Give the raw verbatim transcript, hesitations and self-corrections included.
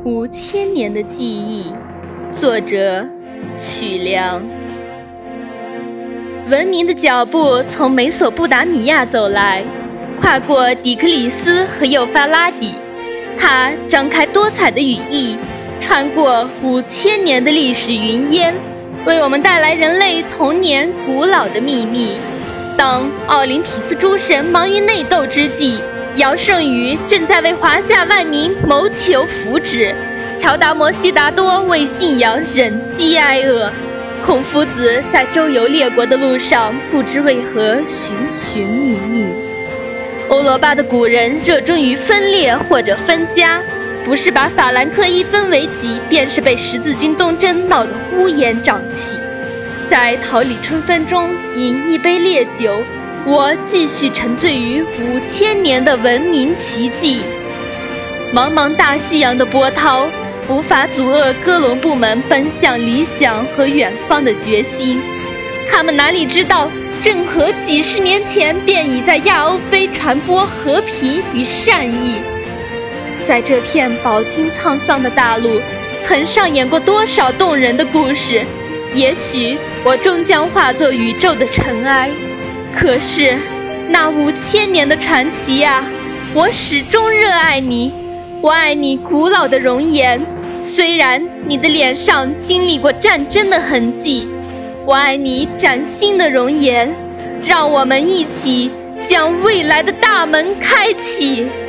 五千年的记忆，作者曲梁。文明的脚步从美索不达米亚走来，跨过底克里斯和幼发拉底，它张开多彩的羽翼，穿过五千年的历史云烟，为我们带来人类童年古老的秘密。当奥林匹斯诸神忙于内斗之际，尧舜禹正在为华夏万民谋求福祉，乔达摩悉达多为信仰忍饥挨饿，孔夫子在周游列国的路上不知为何寻寻觅觅。欧罗巴的古人热衷于分裂或者分家，不是把法兰克一分为己，便是被十字军东征闹得乌烟瘴气。在桃李春风中饮一杯烈酒，我继续沉醉于五千年的文明奇迹。茫茫大西洋的波涛无法阻遏哥伦布们奔向理想和远方的决心。他们哪里知道，郑和几十年前便已在亚欧非传播和平与善意。在这片饱经沧桑的大陆，曾上演过多少动人的故事。也许我终将化作宇宙的尘埃，可是那五千年的传奇啊，我始终热爱你。我爱你古老的容颜，虽然你的脸上经历过战争的痕迹。我爱你崭新的容颜，让我们一起将未来的大门开启。